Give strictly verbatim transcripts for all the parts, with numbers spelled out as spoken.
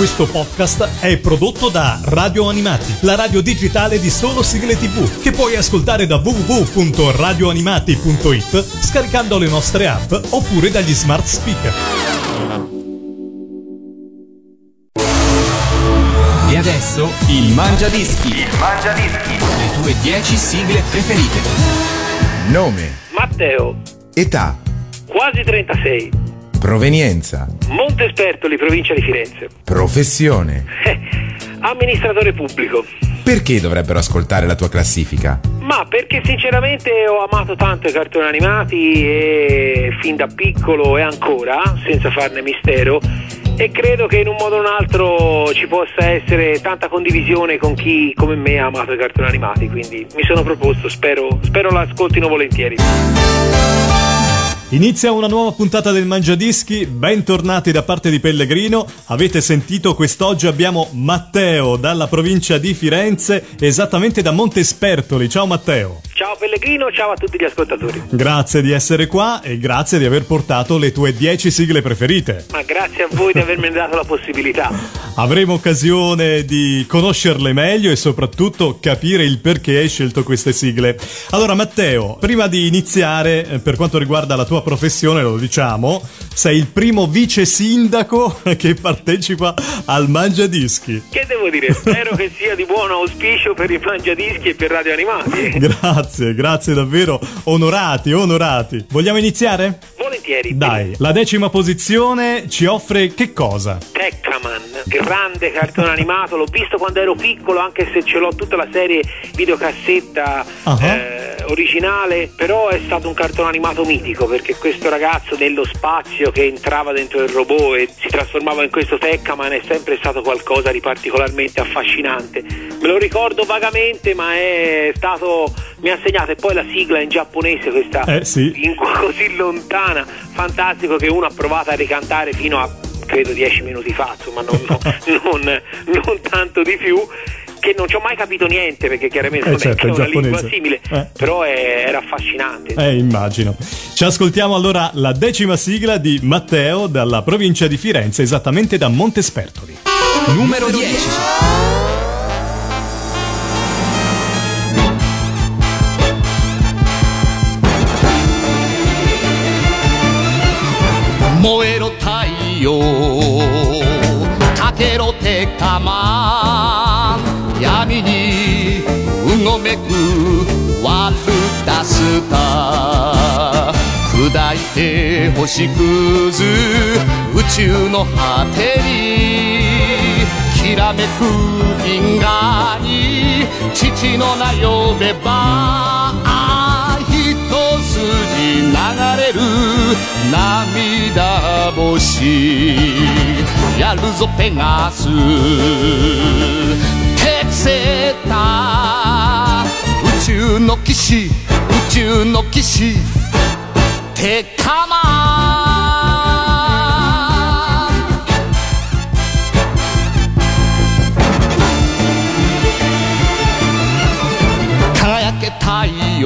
Questo podcast è prodotto da Radio Animati, la radio digitale di solo sigle tivù, che puoi ascoltare da w w w punto radio animati punto i t scaricando le nostre app oppure dagli smart speaker. E adesso il Mangiadischi. Il Mangiadischi. Le tue dieci sigle preferite. Nome. Matteo. Età. Quasi trentasei. Provenienza. Montespertoli, provincia di Firenze. Professione. Eh, amministratore pubblico. Perché dovrebbero ascoltare la tua classifica? Ma perché sinceramente ho amato tanto i cartoni animati e fin da piccolo e ancora, senza farne mistero, e credo che in un modo o un altro ci possa essere tanta condivisione con chi come me ha amato i cartoni animati, quindi mi sono proposto, spero, spero l'ascoltino volentieri. Inizia una nuova puntata del Mangiadischi, bentornati da parte di Pellegrino. Avete sentito, quest'oggi abbiamo Matteo dalla provincia di Firenze, esattamente da Montespertoli. Ciao Matteo. Ciao Pellegrino, ciao a tutti gli ascoltatori. Grazie di essere qua e grazie di aver portato le tue dieci sigle preferite. Ma grazie a voi di avermi dato la possibilità. Avremo occasione di conoscerle meglio e soprattutto capire il perché hai scelto queste sigle. Allora Matteo, prima di iniziare, per quanto riguarda la tua professione, lo diciamo, sei il primo vice sindaco che partecipa al Mangiadischi. Che devo dire? Spero che sia di buon auspicio per i Mangiadischi e per Radio Animati. Grazie, grazie davvero, onorati, onorati. Vogliamo iniziare? Volentieri. Dai, la decima posizione ci offre che cosa? Tekkaman, grande cartone animato, l'ho visto quando ero piccolo, anche se ce l'ho tutta la serie videocassetta uh-huh. eh, originale, però è stato un cartone animato mitico, perché questo ragazzo dello spazio che entrava dentro il robot e si trasformava in questo Tekkaman è sempre stato qualcosa di particolarmente affascinante. Me lo ricordo vagamente, ma è stato, mi ha insegnato, e poi la sigla in giapponese, questa eh, sì. in, così lontana, fantastico, che uno ha provato a ricantare fino a credo dieci minuti fa, insomma non, no, non, non tanto di più, che non ci ho mai capito niente, perché chiaramente eh, non certo, è una giapponese. lingua simile, eh. però è, era affascinante. Eh, immagino. Ci ascoltiamo allora la decima sigla di Matteo dalla provincia di Firenze, esattamente da Montespertoli. Numero dieci. Moero taiyo, takero tekkaman, yami ni ugomeku waru dasuta, kudaite hoshikuzu宇宙の果てにきらめく銀河に父の名呼べば一筋流れる涙星やるぞペガステクセータ宇宙の騎士宇宙の騎士テカマン輝け太陽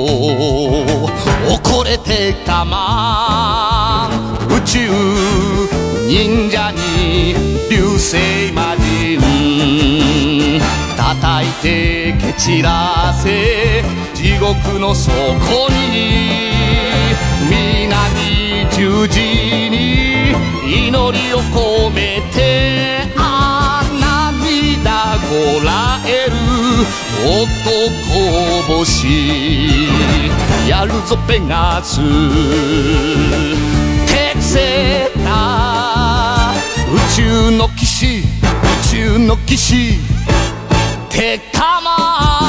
怒れてたまん宇宙忍者に流星魔人叩いて蹴散らせ地獄の底に南十字に祈りを込めてあ涙こらえる男星やるぞペガステクセータ宇宙の騎士宇宙の騎士テカマ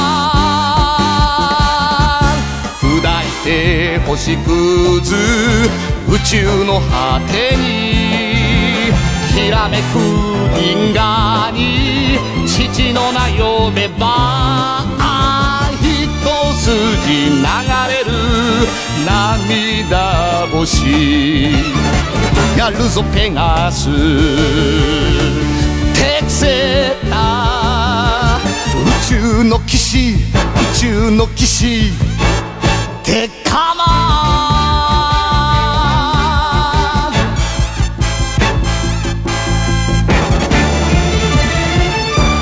ン砕いて星屑宇宙の果てにきらめく銀河に父の名呼べば一筋流れる涙星やるぞペガステクセータ宇宙の騎士宇宙の騎士テカマン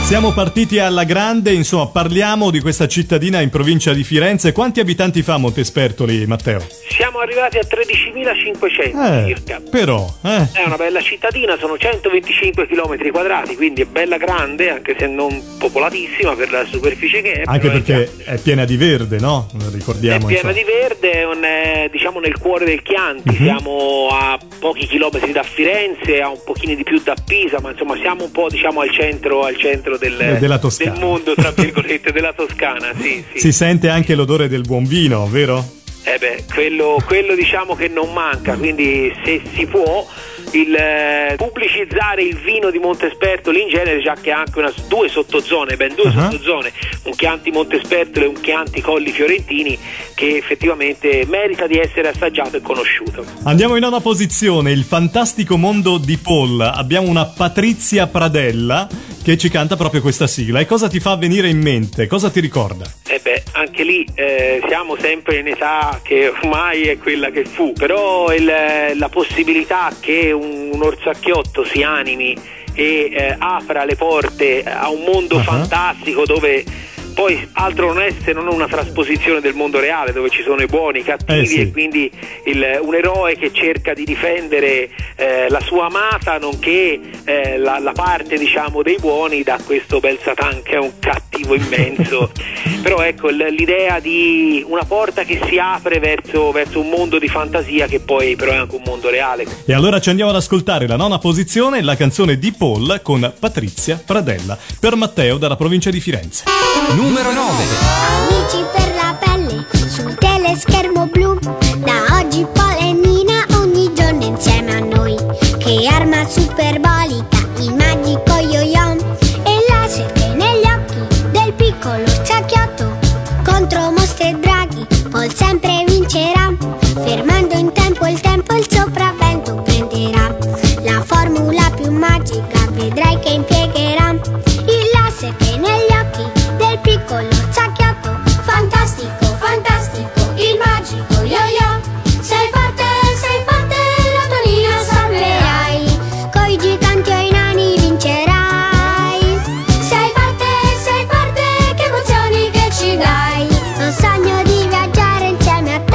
Siamo partiti alla grande, insomma, parliamo di questa cittadina in provincia di Firenze. Quanti abitanti fa Montespertoli, Matteo? Siamo arrivati a tredicimilacinquecento Eh, circa. però, eh. È una bella cittadina, sono centoventicinque chilometri quadrati, quindi è bella grande, anche se non popolatissima per la superficie che è. Anche però è perché già- è piena di verde, no? Ricordiamo. È piena insomma. di verde, è un, eh, diciamo nel cuore del Chianti, Mhm. siamo a pochi chilometri da Firenze, a un pochino di più da Pisa, ma insomma siamo un po' diciamo al centro, al centro del, Eh, della Toscana. del mondo, tra virgolette, della Toscana, sì, sì. Si sente anche l'odore del buon vino, vero? Eh beh, quello, quello diciamo che non manca, quindi se si può il eh, pubblicizzare il vino di Montespertoli in genere, già che ha anche una, due sottozone, ben due Uh-huh. sottozone, un Chianti Montespertoli e un Chianti Colli Fiorentini, che effettivamente merita di essere assaggiato e conosciuto. Andiamo in nona posizione, il fantastico mondo di Paul. Abbiamo una Patrizia Pradella che ci canta proprio questa sigla. E cosa ti fa venire in mente? Cosa ti ricorda? Eh beh, anche lì eh, siamo sempre in età che ormai è quella che fu, però il, la possibilità che un, un orsacchiotto si animi e eh, apra le porte a un mondo Uh-huh. fantastico dove poi altro non è se non una trasposizione del mondo reale, dove ci sono i buoni, i cattivi, Eh sì. e quindi il, un eroe che cerca di difendere eh, la sua amata, nonché eh, la, la parte diciamo dei buoni da questo bel Satan che è un cattivo immenso. Però ecco l- l'idea di una porta che si apre verso, verso un mondo di fantasia che poi però è anche un mondo reale. E allora ci andiamo ad ascoltare la nona posizione, la canzone di Paul con Patrizia Pradella, per Matteo dalla provincia di Firenze. Numero nove. Amici per la pelle sul teleschermo blu. Da oggi Paul e Nina ogni giorno insieme a noi. Che arma superbolica, il magico yo-yo e laser che negli occhi del piccolo Zacchiotto. Contro mostri e draghi Paul sempre vincerà. Fermando in tempo il tempo il sopravvento prenderà. La formula più magica vedrai che impiegherà. Il laser che negli occhi del piccolo Zacchiotto. Fantastico, fantastico, il magico yo-yo. Sei forte, sei forte, la tua Nina salverai. Coi giganti o i nani vincerai. Sei forte, sei forte, che emozioni che ci dai. Ho sogno di viaggiare insieme a te.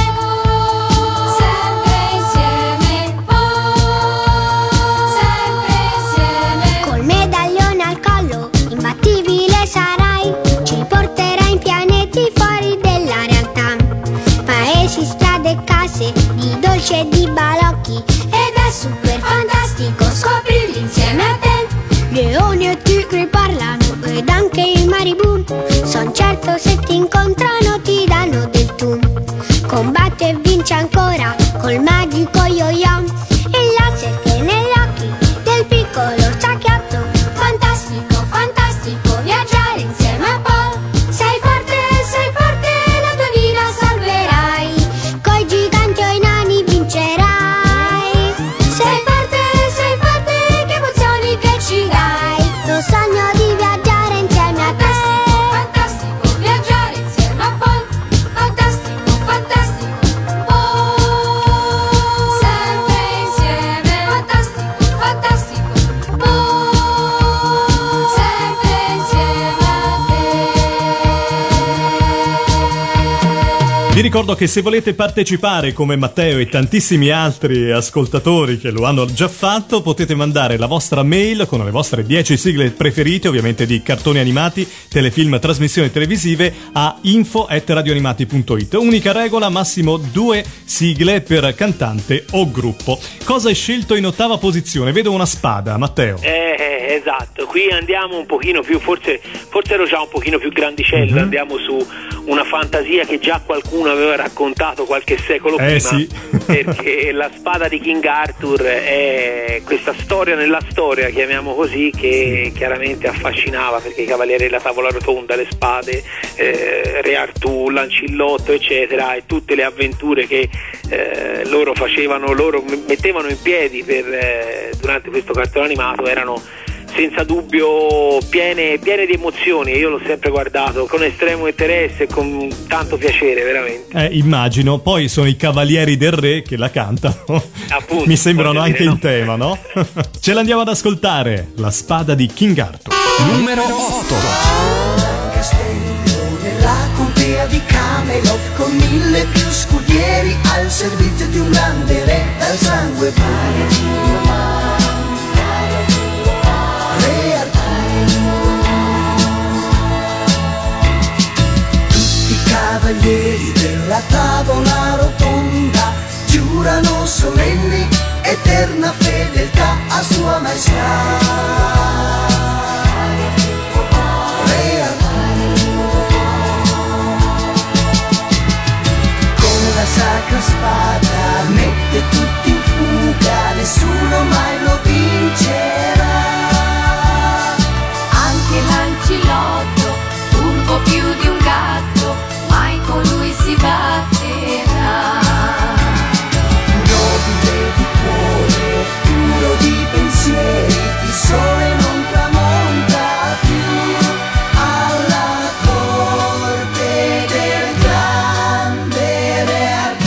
Sempre insieme, oh, sempre insieme. Col medaglione al collo, imbattibile sarai. Ci porterai in pianeti fuori della realtà. Paesi, strade e case, di dolci e di balocchi. Ed è super fantastico scoprirli insieme a te. Leoni e tigri parlano ed anche i maribù. Son certo se ti incontrano ti danno del tu. Combatti e vinci ancora col magico yo-yo. Il laser che negli occhi del piccolo Zacchiotto. Fantastico, fantastico viaggiare insieme a Paul. Sei forte, sei forte, la tua Nina salverai. Coi giganti o i nani vincerai. Sei forte, sei forte, che emozioni che ci dai. Lo sogno di viaggiare insieme a te. Fantastico, viaggiare insieme a Paul. Fantastico, fantastico, oh, sempre insieme. Fantastico, fantastico, oh, sempre insieme a te. Vi ricordo che se volete partecipare come Matteo e tantissimi altri ascoltatori che lo hanno già fatto, potete mandare la vostra mail con le vostre dieci sigle preferite, ovviamente di cartoni animati, telefilm, trasmissioni televisive, a info at radioanimati punto it. Unica regola, massimo due sigle per cantante o gruppo. Cosa hai scelto in ottava posizione? Vedo una spada, Matteo. Eh, esatto, qui andiamo un pochino più, forse, forse ero già un pochino più grandicello, Mhm. andiamo su una fantasia che già qualcuno aveva raccontato qualche secolo Eh, prima, sì. perché la spada di King Arthur è questa storia nella storia, chiamiamo così, che chiaramente affascinava, perché i cavalieri della tavola rotonda, le spade, eh, Re Artù, Lancillotto, eccetera, e tutte le avventure che eh, loro facevano, loro mettevano in piedi per, eh, durante questo cartone animato, erano senza dubbio piene, piene di emozioni. Io l'ho sempre guardato con estremo interesse e con tanto piacere, veramente. Eh, immagino. Poi sono i Cavalieri del Re che la cantano. Appunto, Mi sembrano voglio anche dire, in no? tema, no? Ce l'andiamo ad ascoltare. La spada di King Arthur. Numero otto. Castello nella contea di Camelot, con mille più scudieri al servizio di un grande re dal sangue puro. Re Arturo. Tutti i cavalieri della tavola rotonda giurano solenni eterna fedeltà a sua maestà. La sacra spada mette tutti in fuga, nessuno mai lo vincerà. Anche l'ancilotto, furbo più di un gatto, mai con lui si batterà. Nobile di cuore, puro di pensieri, il sole non tramonta più alla corte del grande re.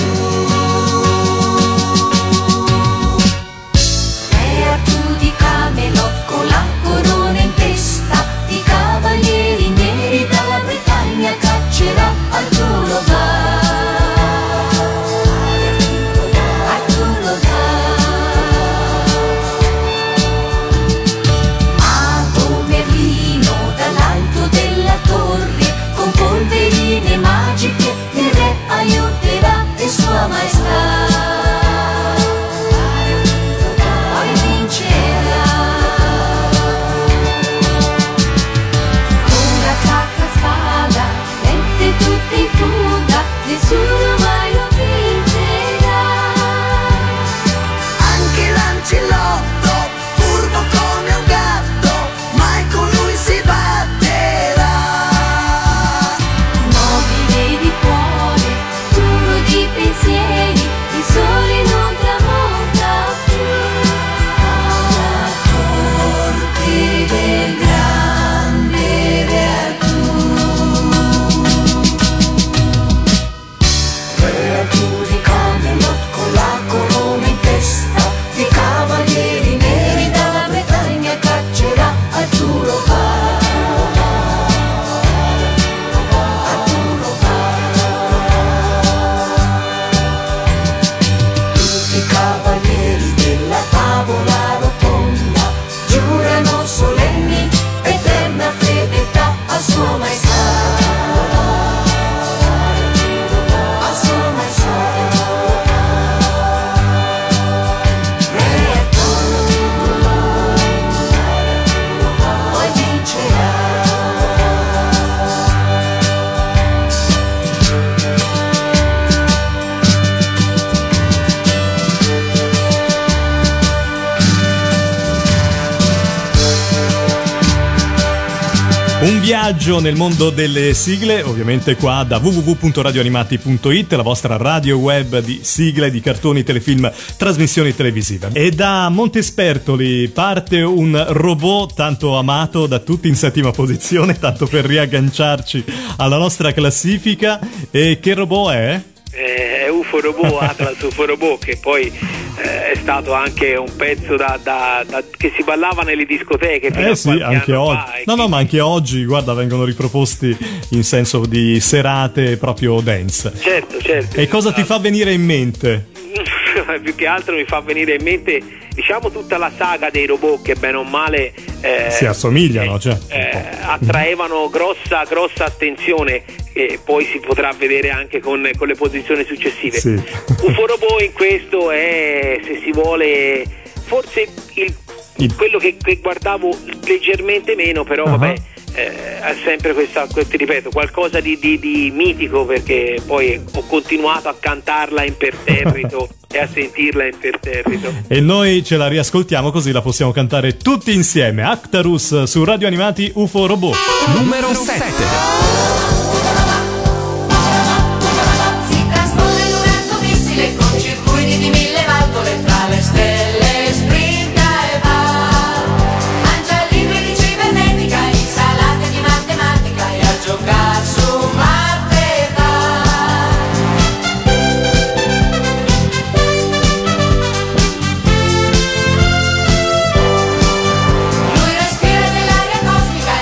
Con la corona in testa, i cavalieri neri dalla Bretagna caccerà. Arturo va, Arturo va. Mago Merlino dall'alto della torre, con polverine magiche il re aiuterà e sua maestà. Nessuno mai lo vincerà. Anche l'ancilotto, furbo come un gatto, mai con lui si batterà. Nobile di cuore, puro di pensieri, il sole non tramonta più alla corte del grande re Arturo. Di Camelot con la corona in testa, i cavalieri neri dalla Bretagna caccerà. Arturo va, Arturo va. Tutti i cavalieri della tavola rotonda giurano solenni eterna fedeltà a sua maestà. Un viaggio nel mondo delle sigle, ovviamente qua da w w w punto radioanimati punto it, la vostra radio web di sigle, di cartoni, telefilm, trasmissioni televisive. E da Montespertoli parte un robot tanto amato da tutti in settima posizione, tanto per riagganciarci alla nostra classifica. E che robot è? È U F O Robot, Atlas U F O Robot, che poi eh, è stato anche un pezzo da, da, da, che si ballava nelle discoteche fino eh a sì, anche oggi. Fa, no, no, ma anche oggi, guarda, vengono riproposti in senso di serate proprio dance. Certo, certo. E cosa ti fa venire in mente? Più che altro mi fa venire in mente, diciamo, tutta la saga dei robot che bene o male eh, si assomigliano, eh, cioè eh, attraevano grossa grossa attenzione, e poi si potrà vedere anche con, con le posizioni successive. Sì. U F O Robot in questo è, se si vuole, forse il, il... quello che, che guardavo leggermente meno, però uh-huh. vabbè, eh, ha sempre questa, ti ripeto, qualcosa di, di, di mitico, perché poi ho continuato a cantarla imperterrito e a sentirla imperterrito. E noi ce la riascoltiamo, così la possiamo cantare tutti insieme. Actarus su Radio Animati U F O Robot. Numero sette. Con circuiti di mille valvole tra le stelle sprinta e va, mangia libri di cibernetica, insalate di matematica e a giocare su Marte va. Lui respira dell'aria cosmica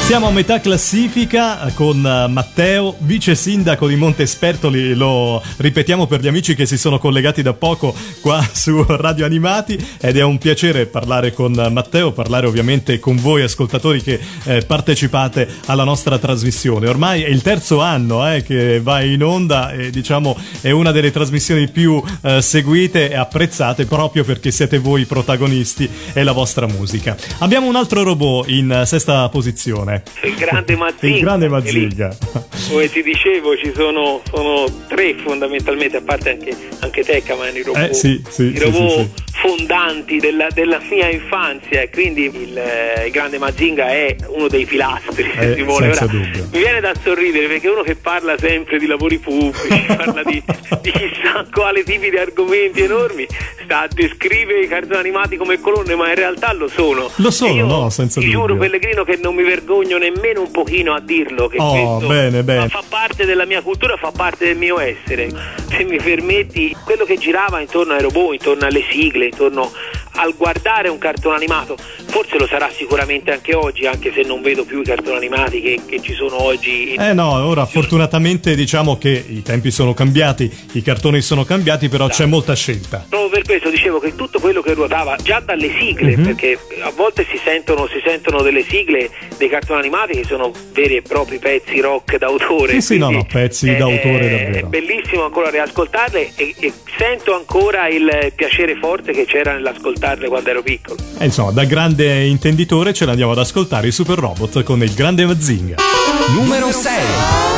Siamo a metà classifica con Matteo, vice sindaco di Montespertoli, lo ripetiamo per gli amici che si sono collegati da poco qua su Radio Animati, ed è un piacere parlare con Matteo, parlare ovviamente con voi ascoltatori che eh, partecipate alla nostra trasmissione. Ormai è il terzo anno eh, che va in onda e diciamo è una delle trasmissioni più eh, seguite e apprezzate proprio perché siete voi i protagonisti e la vostra musica. Abbiamo un altro robot in sesta posizione. Il grande Mazinga. Il grande Mazinga. Come ti dicevo, ci sono, sono tre fondamentalmente, a parte anche, anche Tecca, ma i robot, eh, sì, sì, i sì, robot sì, sì. fondanti della, della mia infanzia, e quindi il, eh, il grande Mazinga è uno dei pilastri, se eh, si vuole. senza Ora, dubbio. mi viene da sorridere perché uno che parla sempre di lavori pubblici, parla di, di chissà quale tipi di argomenti enormi, sta a descrivere i cartoni animati come colonne, ma in realtà lo sono. Lo sono, io, no, senza ti dubbio. giuro, Pellegrino, che non mi vergogno nemmeno un pochino a dirlo, che Oh, questo bene, bene. fa parte della mia cultura, fa parte del mio essere. Se mi permetti, quello che girava intorno ai robot, intorno alle sigle, intorno al guardare un cartone animato, forse lo sarà sicuramente anche oggi, anche se non vedo più i cartoni animati che, che ci sono oggi. Eh no, ora fortunatamente diciamo che i tempi sono cambiati, i cartoni sono cambiati, però c'è molta scelta. Proprio per questo dicevo che tutto quello che ruotava già dalle sigle, Mhm. perché a volte si sentono, si sentono delle sigle dei cartoni animati che sono veri e propri pezzi rock d'autore. Sì, sì, no, quindi no, pezzi è- d'autore È davvero. bellissimo ancora riascoltarle e, e sento ancora il piacere forte che c'era nell'ascoltarle quando ero piccolo. E insomma, da grande intenditore ce l'andiamo ad ascoltare i Super Robot con il grande Mazinga. Numero sei.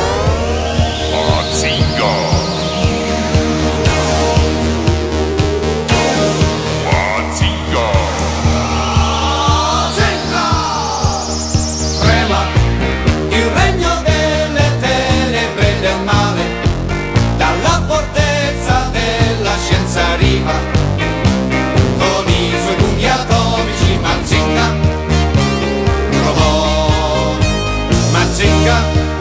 Trema il regno delle tenebre e del male, dalla fortezza della scienza arriva, con i suoi pugni atomici Mazinga, robot, Mazinga,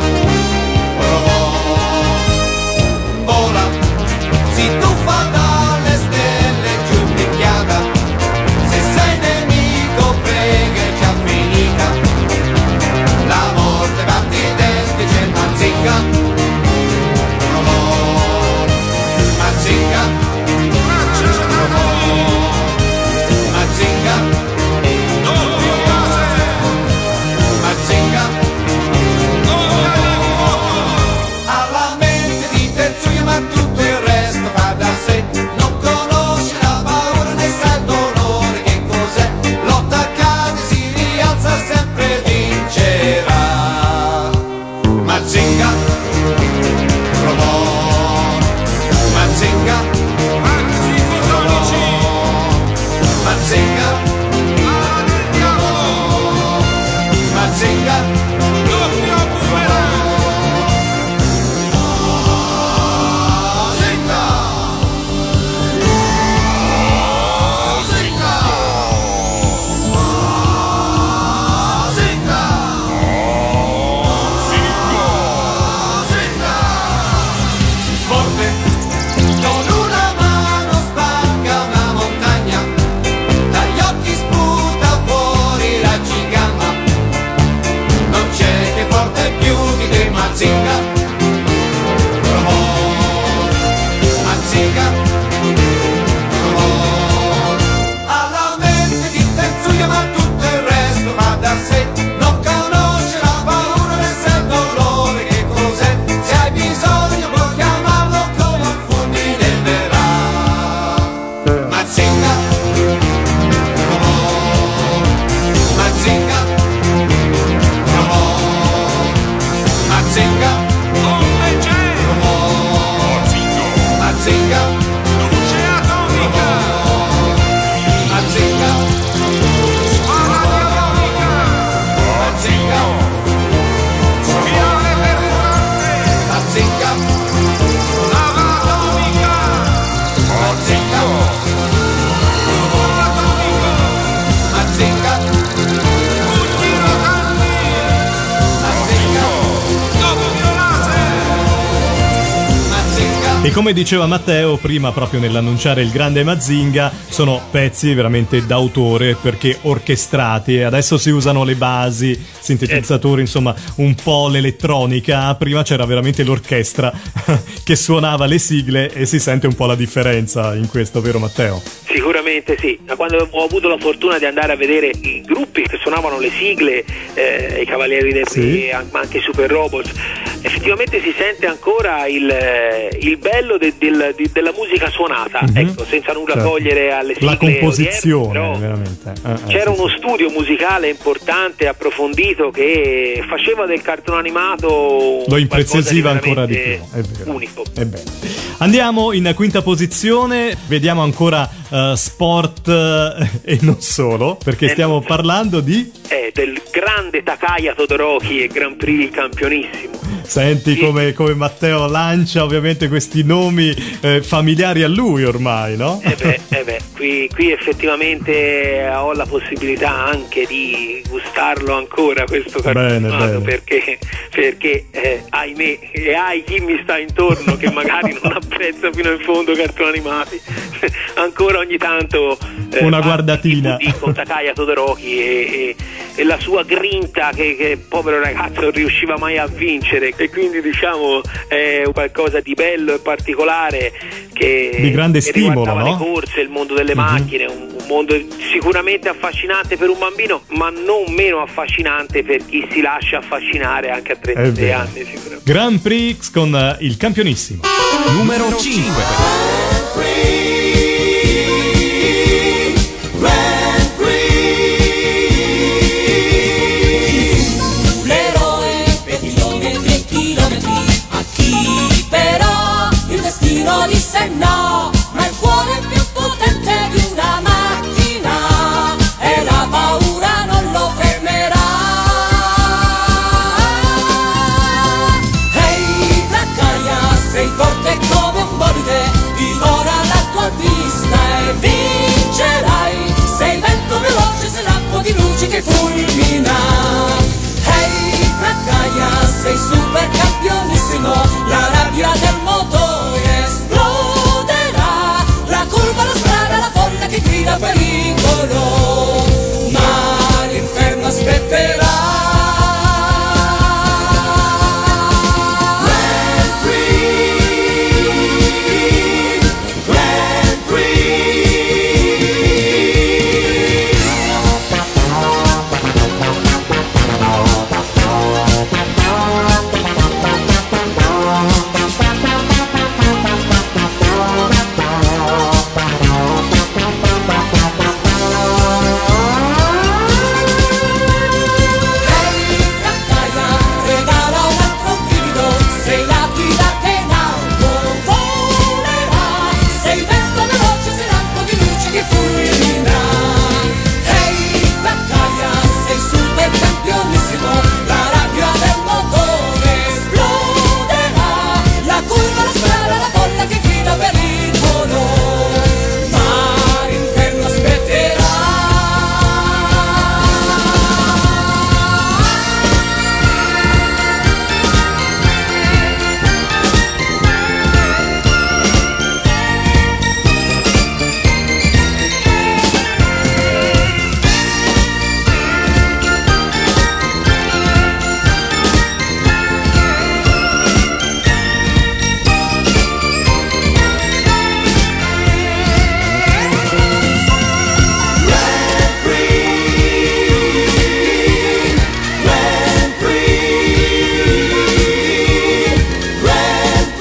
robot, vola, si tuffa dalle stelle giù in picchiata, se sei nemico prega è già finita. La morte batti i denti, c'è Mazinga, robot, Mazinga, E come diceva Matteo prima, proprio nell'annunciare il grande Mazinga, sono pezzi veramente d'autore perché orchestrati, e adesso si usano le basi, sintetizzatori, insomma un po' l'elettronica. Prima c'era veramente l'orchestra che suonava le sigle e si sente un po' la differenza in questo, vero Matteo? Sicuramente sì, da quando ho avuto la fortuna di andare a vedere i gruppi che suonavano le sigle, eh, i Cavalieri del Sì. Re, ma anche i Super Robots, effettivamente si sente ancora il, il bello de, del, di, della musica suonata, Mhm. ecco, senza nulla Certo. togliere alle sigle La composizione, odierne, però veramente. Eh, eh, c'era sì, uno sì. studio musicale importante, approfondito, che faceva del cartone animato Lo impreziosiva qualcosa ancora di veramente più, è vero. unico. Ebbene. Andiamo in quinta posizione, vediamo ancora eh, sport eh, e non solo, perché Eh, stiamo no. parlando di... Eh, del grande Takaya Todoroki e Grand Prix campionissimo. Senti Sì. come, come Matteo lancia ovviamente questi nomi eh, familiari a lui ormai, no? Eh beh, eh beh, qui, qui effettivamente ho la possibilità anche di gustarlo ancora questo cartone Bene, animato, bene. perché, perché eh, ahimè, e hai chi mi sta intorno che magari non apprezza fino in fondo cartoni animati, ancora ogni tanto eh, Una va guardatina. in T V con Takaya Todoroki e, e, e la sua grinta che, che povero ragazzo non riusciva mai a vincere, e quindi diciamo è qualcosa di bello e particolare che, Di grande che stimolo, riguardava no? le corse, il mondo delle macchine, un, un mondo sicuramente affascinante per un bambino, ma non meno affascinante per chi si lascia affascinare anche a È trentasei vero. anni sicuramente. Grand Prix con eh, il campionissimo. Numero cinque. L'eroe per chilometri e chilometri, a chi però il destino disse no, ma il cuore più potente di una macchina e la paura non lo fermerà. Ehi Takaya, sei forte come un bolide, divora la tua vista e vincerai, sei vento veloce, sei lampo di luci che fulmina. Ehi Takaya, sei super campionissimo, la rabbia del motore esploderà, la curva, la strada, la folla che grida pericolo, ma l'inferno aspetterà. Grand Prix, Grand Prix. Ehi Takaya, regala un altro brivido, sei l'aquila che in alto volerà, sei vento veloce, sei lampo di luci che fulmina. Ehi Takaya, sei super campionissimo, la rabbia del motore esploderà, la curva, la strada, la folla che grida pericolo, ma l'inferno aspetterà. Grand Prix, Grand Prix, Grand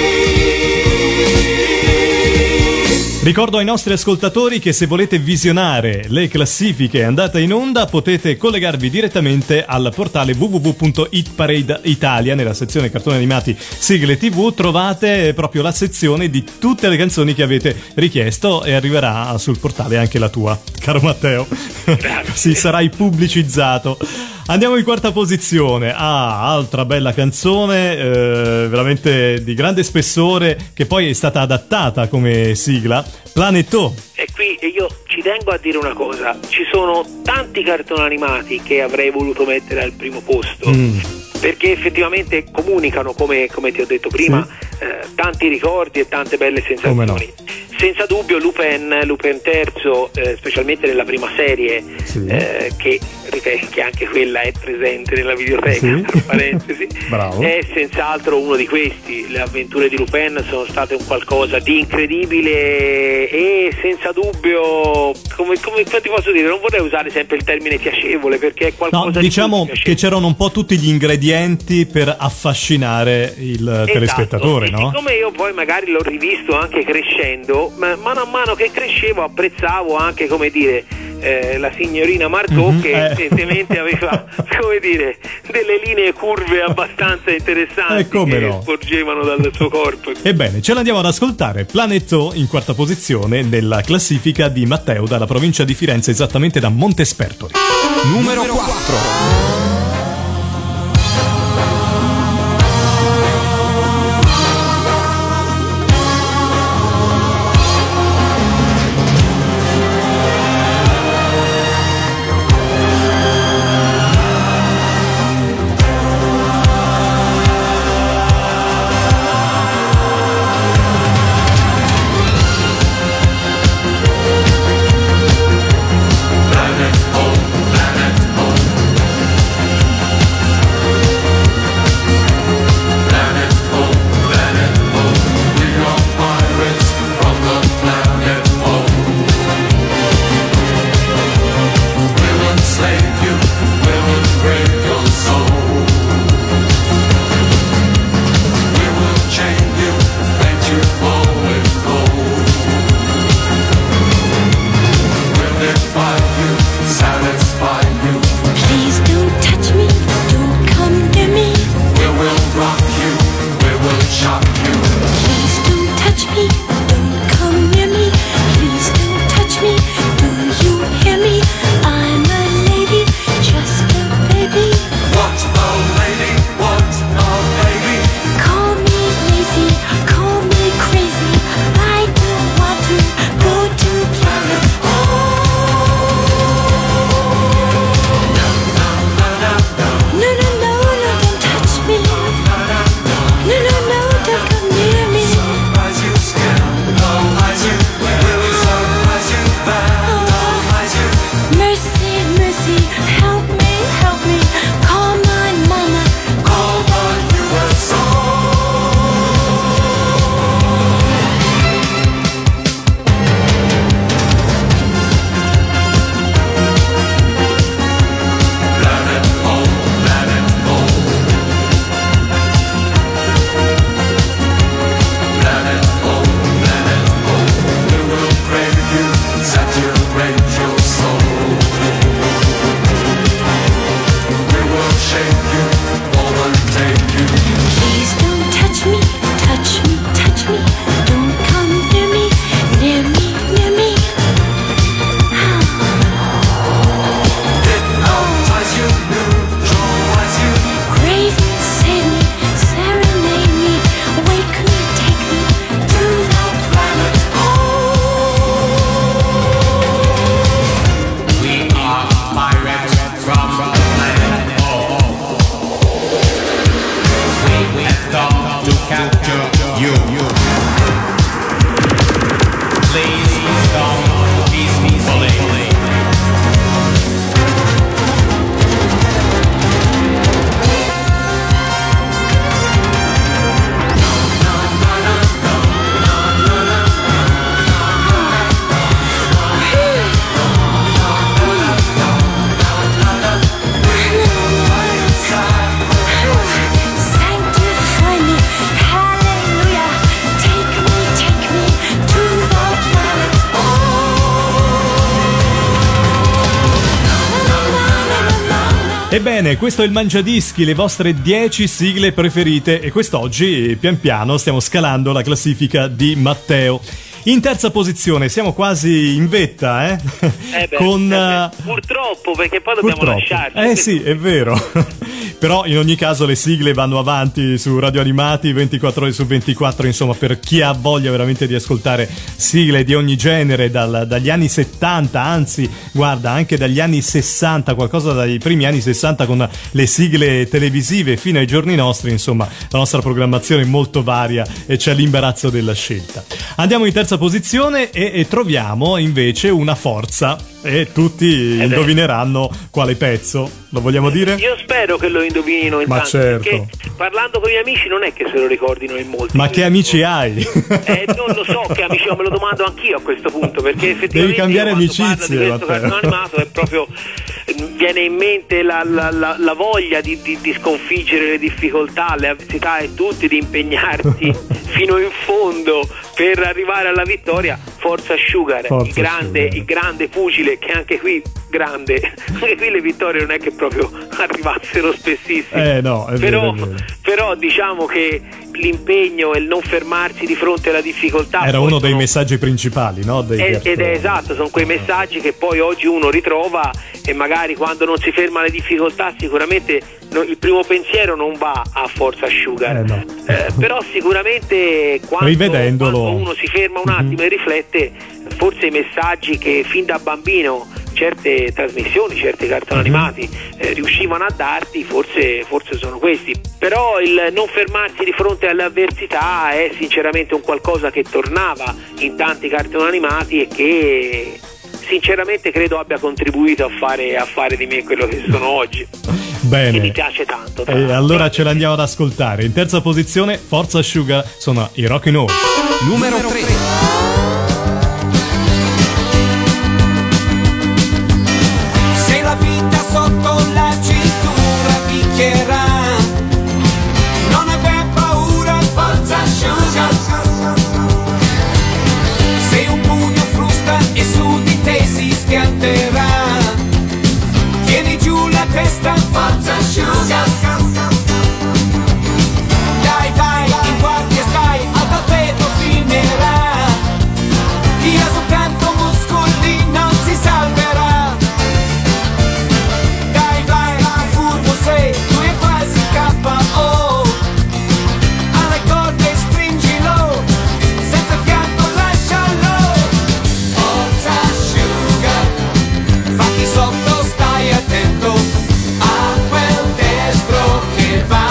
Prix. Ricordo ai nostri ascoltatori che se volete visionare le classifiche andate in onda potete collegarvi direttamente al portale w w w punto hit parade italia. Nella sezione cartoni animati sigle tv trovate proprio la sezione di tutte le canzoni che avete richiesto e arriverà sul portale anche la tua, caro Matteo. Sì, sarai pubblicizzato. Andiamo in quarta posizione. Ah, altra bella canzone, eh, veramente di grande spessore, che poi è stata adattata come sigla, Planetò. E qui io ci tengo a dire una cosa, ci sono tanti cartoni animati che avrei voluto mettere al primo posto, Mm. perché effettivamente comunicano, come, come ti ho detto prima, eh, tanti ricordi e tante belle sensazioni. Come no. Senza dubbio Lupin, Lupin terzo, eh, specialmente nella prima serie, sì. eh, che ripeto che anche quella è presente nella videoteca, sì. tra parentesi, Bravo. è senz'altro uno di questi. Le avventure di Lupin sono state un qualcosa di incredibile e senza dubbio, come, come ti posso dire, non vorrei usare sempre il termine piacevole, perché è qualcosa No, di diciamo più che c'erano un po' tutti gli ingredienti per affascinare il esatto. telespettatore, e no? Siccome io poi magari l'ho rivisto anche crescendo, ma mano a mano che crescevo apprezzavo anche, come dire, eh, la signorina Margot, Mm-hmm, che eh. evidentemente aveva, come dire, delle linee curve abbastanza interessanti Eh, come che no. sporgevano dal suo corpo. Ebbene, ce l'andiamo ad ascoltare. Planetto in quarta posizione nella classifica di Matteo dalla provincia di Firenze, esattamente da Montespertoli. Numero quattro. Ebbene, questo è il Mangiadischi, le vostre dieci sigle preferite, e quest'oggi pian piano stiamo scalando la classifica di Matteo. In terza posizione, siamo quasi in vetta, eh? eh beh, Con, eh beh. Purtroppo, perché poi dobbiamo purtroppo. lasciarci. Eh sì, è vero. Però in ogni caso le sigle vanno avanti su Radio Animati ventiquattro ore su ventiquattro, insomma, per chi ha voglia veramente di ascoltare sigle di ogni genere dal, dagli anni settanta, anzi guarda anche dagli anni sessanta, qualcosa dai primi anni sessanta con le sigle televisive fino ai giorni nostri, insomma la nostra programmazione è molto varia e c'è l'imbarazzo della scelta. Andiamo in terza posizione e, e troviamo invece una forza e tutti Ed indovineranno quale pezzo, lo vogliamo dire? Io spero che lo indovinino intanto, Ma certo. perché parlando con i miei amici non è che se lo ricordino in molti. Ma che amici hai? Eh, non lo so che amici ho, me lo domando anch'io a questo punto, perché effettivamente devi cambiare io, amicizie, di questo Matteo. cartone animato è proprio, viene in mente la, la, la, la voglia di, di, di sconfiggere le difficoltà, le avversità e tutti, di impegnarsi fino in fondo per arrivare alla vittoria. Forza Sugar, Forza il grande Sugar. il grande pugile, che anche qui grande, anche qui le vittorie non è che proprio arrivassero spessissimo. Eh no, è però, vero, è vero. però diciamo che l'impegno e il non fermarsi di fronte alla difficoltà Era poi uno dei sono- messaggi principali, no? Dei ed, ed è cartoni. esatto, sono quei messaggi che poi oggi uno ritrova e magari quando non si ferma alle difficoltà sicuramente no- il primo pensiero non va a Forza Sugar. Eh, no. Eh, però sicuramente quando, Rivedendolo. quando uno si ferma un attimo Mhm. e riflette, forse i messaggi che fin da bambino certe trasmissioni, certi cartoni Mhm. animati eh, riuscivano a darti, forse, forse sono questi. Però il non fermarsi di fronte alle avversità è sinceramente un qualcosa che tornava in tanti cartoni animati e che sinceramente credo abbia contribuito a fare, a fare di me quello che sono oggi. Bene. Che mi piace tanto. tra E l'altro. allora ce l'andiamo ad ascoltare. In terza posizione, Forza Sugar, sono i Rockin' Horse. Numero tre. Se la vita sotto la cintura picchierà, non aver paura, forza Sugar. Se un pugno frusta e su di te si schianterà, tieni giù la testa, forza Sugar. Dai vai, in guardia stai, al tappeto finirà. Chi ha soltanto muscoli non si salverà. Dai vai, che furbo sei, tu è quasi K O. Alle corde stringilo, senza fiato lascialo. Forza Sugar, fatti sotto, stai attento a quel destro che va.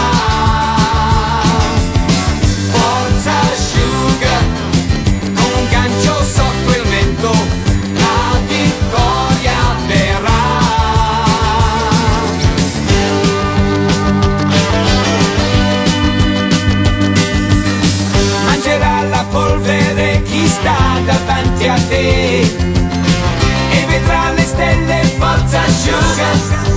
Forza Sugar, con un gancio sotto il mento, la vittoria verrà. Mangerà la polvere chi sta davanti a te e vedrà le stelle, forza Sugar.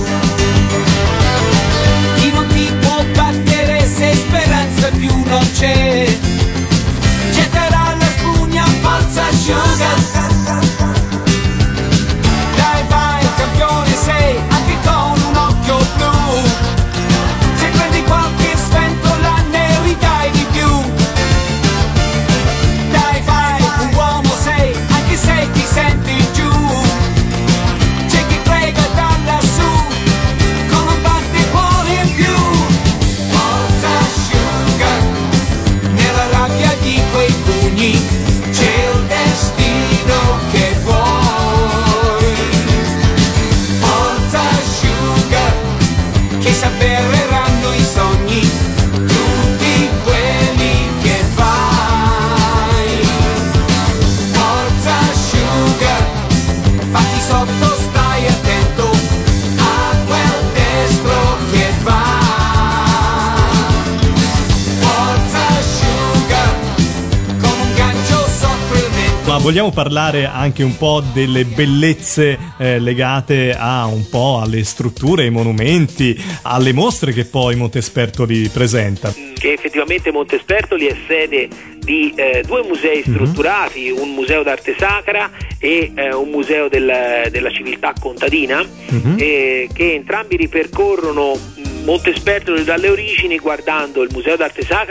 Chi non ti può battere se speranza più non c'è, getterà la spugna, forza Sugar. Dai vai, campione sei, anche con un occhio blu. Se prendi qualche sventola ne ridai di più. Dai vai, un uomo sei, anche se ti senti giù. C'è chi prega da lassù, con un batticuore in più. Forza Sugar, nella rabbia di quei pugni c'è il destino che vuoi. Forza Sugar, che s'avvereranno i sogni, tutti quelli che fai. Forza Sugar, fatti sotto, stai attento a quel destro che va. Forza Sugar, con un gancio sotto il mento. Ma vogliamo parlare anche un po' delle bellezze eh, legate a un po' alle strutture, ai monumenti, alle mostre che poi Montespertoli presenta. Che effettivamente Montespertoli è sede di eh, due musei strutturati, un museo d'arte sacra e eh, un museo del- della civiltà contadina, Mhm. eh, che entrambi ripercorrono mh, Montespertoli dalle origini, guardando il museo d'arte sacra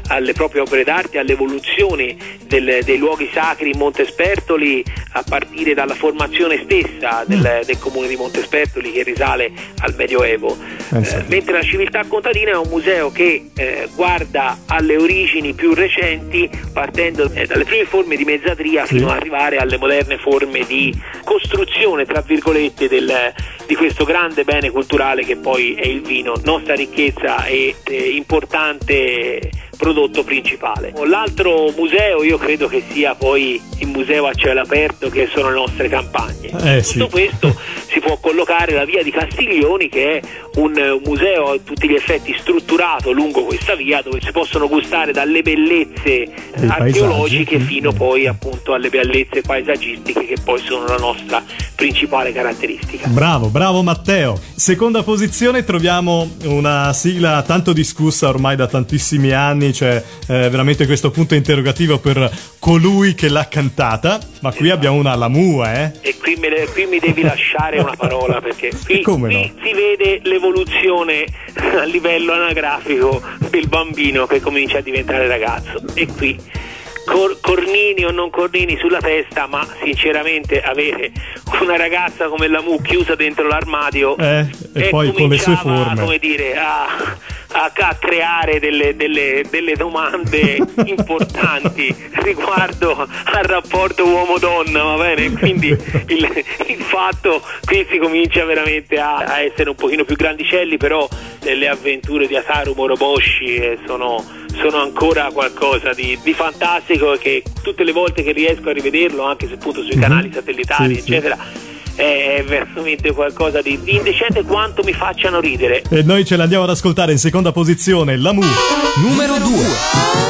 alle proprie opere d'arte, all'evoluzione del, dei luoghi sacri in Montespertoli, a partire dalla formazione stessa del, del comune di Montespertoli, che risale al Medioevo. Eh, mentre la civiltà contadina è un museo che eh, guarda alle origini più recenti, partendo eh, dalle prime forme di mezzadria fino ad arrivare alle moderne forme di costruzione, tra virgolette, del, di questo grande bene culturale che poi è il vino, nostra ricchezza e eh, importante prodotto principale. L'altro museo io credo che sia poi il museo a cielo aperto, che sono le nostre campagne. Eh, Tutto sì. questo si può collocare la via di Castiglioni, che è un museo a tutti gli effetti strutturato lungo questa via, dove si possono gustare dalle bellezze archeologiche fino poi appunto alle bellezze paesaggistiche, che poi sono la nostra principale caratteristica. Bravo, bravo Matteo. Seconda posizione troviamo una sigla tanto discussa ormai da tantissimi anni, c'è eh, veramente questo punto interrogativo per colui che l'ha cantata, ma qui abbiamo una Lamu, eh? E qui, me, qui mi devi lasciare una parola, perché qui, Come qui no? si vede l'evoluzione a livello anagrafico del bambino che comincia a diventare ragazzo, e qui Cor- cornini o non cornini sulla testa, ma sinceramente avere una ragazza come la Mu chiusa dentro l'armadio eh, e, e poi con le sue forme, come dire, a, a, a creare delle, delle, delle domande importanti riguardo al rapporto uomo-donna, va bene? Quindi il, il fatto qui si comincia veramente a, a essere un pochino più grandicelli, però le avventure di Ataru Moroboshi eh, sono sono ancora qualcosa di, di fantastico, e che tutte le volte che riesco a rivederlo, anche se appunto sui canali satellitari, sì, eccetera, sì, è veramente qualcosa di, di indecente, quanto mi facciano ridere. E noi ce l'andiamo ad ascoltare in seconda posizione, Lamu. Numero due.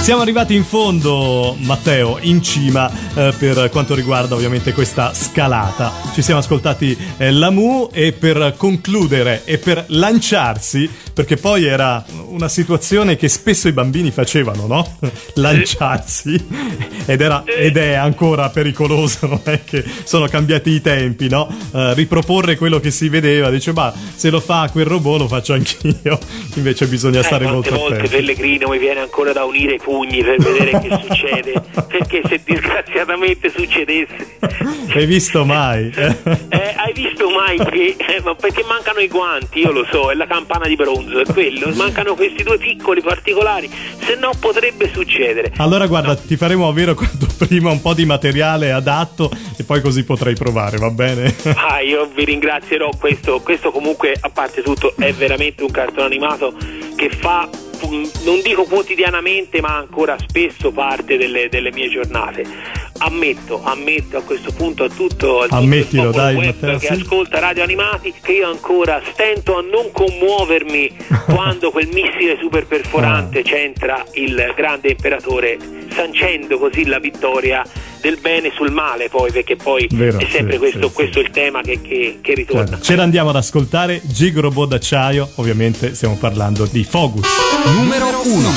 Siamo arrivati in fondo, Matteo, in cima eh, per quanto riguarda ovviamente questa scalata. Ci siamo ascoltati eh, Lamu e per concludere e per lanciarsi, perché poi era una situazione che spesso i bambini facevano, no? Lanciarsi, ed, era, ed è ancora pericoloso, non è che sono cambiati i tempi, no? Eh, riproporre quello che si vedeva, dice ma se lo fa quel robot lo faccio anch'io, invece bisogna stare eh, molto attenti. Molte volte Pellegrino mi viene ancora da unire i pugni per vedere che succede, perché se disgraziatamente succedesse, hai visto mai? eh, hai visto mai che eh, ma perché mancano i guanti, io lo so, è la campana di bronzo, è quello, mancano questi due piccoli particolari, se no potrebbe succedere. Allora guarda, no. Ti faremo avere quanto prima un po' di materiale adatto e poi così potrai provare, va bene? Ah, io vi ringrazierò, questo, questo comunque a parte tutto è veramente un cartone animato che fa, non dico quotidianamente, ma ancora spesso parte delle, delle mie giornate. Ammetto, ammetto a questo punto a tutto, a tutto Ammettilo, il popolo dai, web Matteo, che sì. ascolta Radio Animati, che io ancora stento a non commuovermi quando quel missile super perforante ah. centra il grande imperatore, sancendo così la vittoria del bene sul male, poi perché poi Vero, è sempre sì, questo, sì, questo sì. il tema che, che, che ritorna. Certo. Ce l'andiamo ad ascoltare, Gig Robot d'acciaio, ovviamente stiamo parlando di Fogus. Numero uno.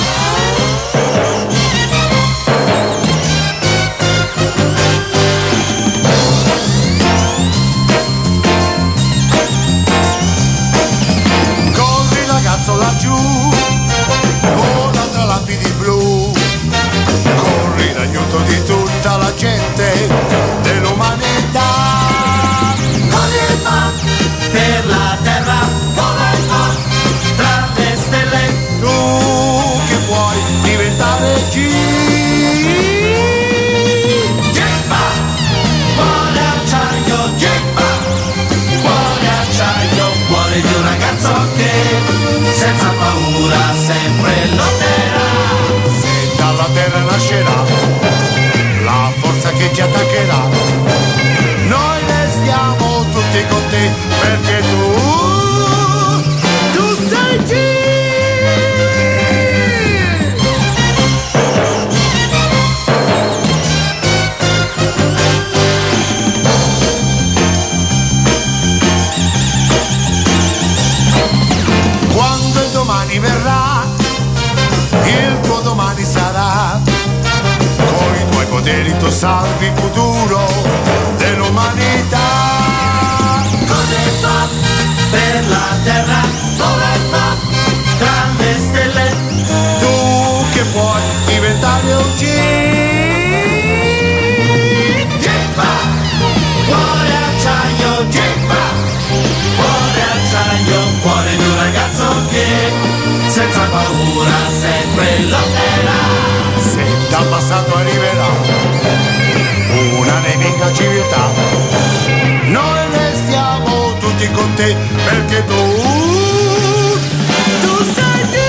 Corri ragazzo laggiù, vola tra lapidi blu, corri in aiuto di tutta la gente dell'umanità. Corri e va per la terra, vola e va tra le stelle, tu che vuoi diventare G. Gemma, cuore acciaio, Gemma, cuore acciaio, cuore di un ragazzo che senza paura sempre lotterà. Se dalla terra nascerà la forza che ci attaccherà, noi restiamo tutti con te perché tu, tu sei G. Quando il domani verrà, il tuo domani sarà, con i tuoi poteri tu salvi il futuro dell'umanità. Come fa per la terra, come fa tra le stelle, tu che puoi diventare un G. Gemma, cuore acciaio, Gemma, cuore acciaio, cuore di un ragazzo che senza paura sempre lotterà. Se dal passato arriverà una nemica civiltà, noi restiamo tutti con te perché tu, tu sei G.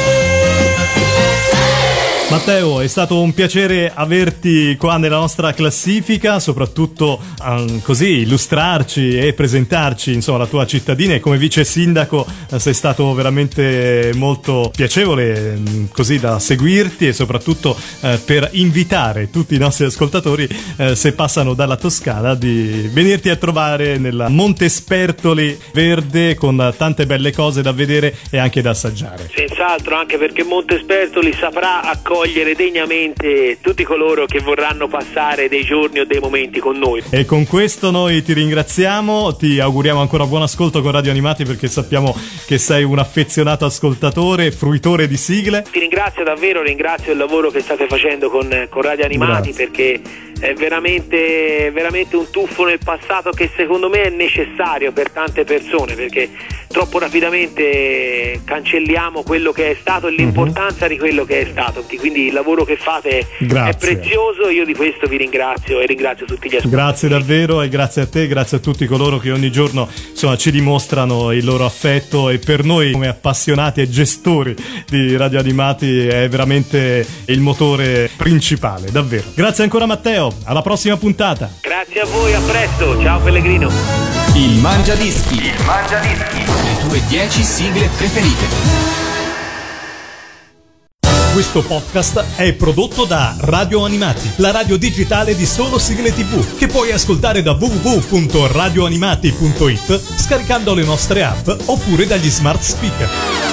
Matteo, è stato un piacere averti qua nella nostra classifica, soprattutto um, così illustrarci e presentarci insomma la tua cittadina, e come vice sindaco eh, sei stato veramente molto piacevole mh, così da seguirti, e soprattutto eh, per invitare tutti i nostri ascoltatori eh, se passano dalla Toscana di venirti a trovare nella Montespertoli verde, con tante belle cose da vedere e anche da assaggiare. Senz'altro, anche perché Montespertoli saprà accogliere degnamente tutti coloro che vorranno passare dei giorni o dei momenti con noi. E con questo noi ti ringraziamo, ti auguriamo ancora buon ascolto con Radio Animati, perché sappiamo che sei un affezionato ascoltatore, fruitore di sigle. Ti ringrazio davvero, ringrazio il lavoro che state facendo con, con Radio Animati. Grazie. Perché è veramente, veramente un tuffo nel passato che secondo me è necessario per tante persone, perché troppo rapidamente cancelliamo quello che è stato e l'importanza mm-hmm. di quello che è stato. Quindi il lavoro che fate grazie. È prezioso, io di questo vi ringrazio e ringrazio tutti gli ascoltatori. Grazie davvero, e grazie a te, grazie a tutti coloro che ogni giorno insomma ci dimostrano il loro affetto, e per noi come appassionati e gestori di Radio Animati è veramente il motore principale, davvero. Grazie ancora Matteo, alla prossima puntata. Grazie a voi, a presto, ciao Pellegrino. Il Mangiadischi. Il Mangiadischi. Le tue dieci sigle preferite. Questo podcast è prodotto da Radio Animati, la radio digitale di solo sigle tivù, che puoi ascoltare da w w w punto radio animati punto it scaricando le nostre app oppure dagli smart speaker.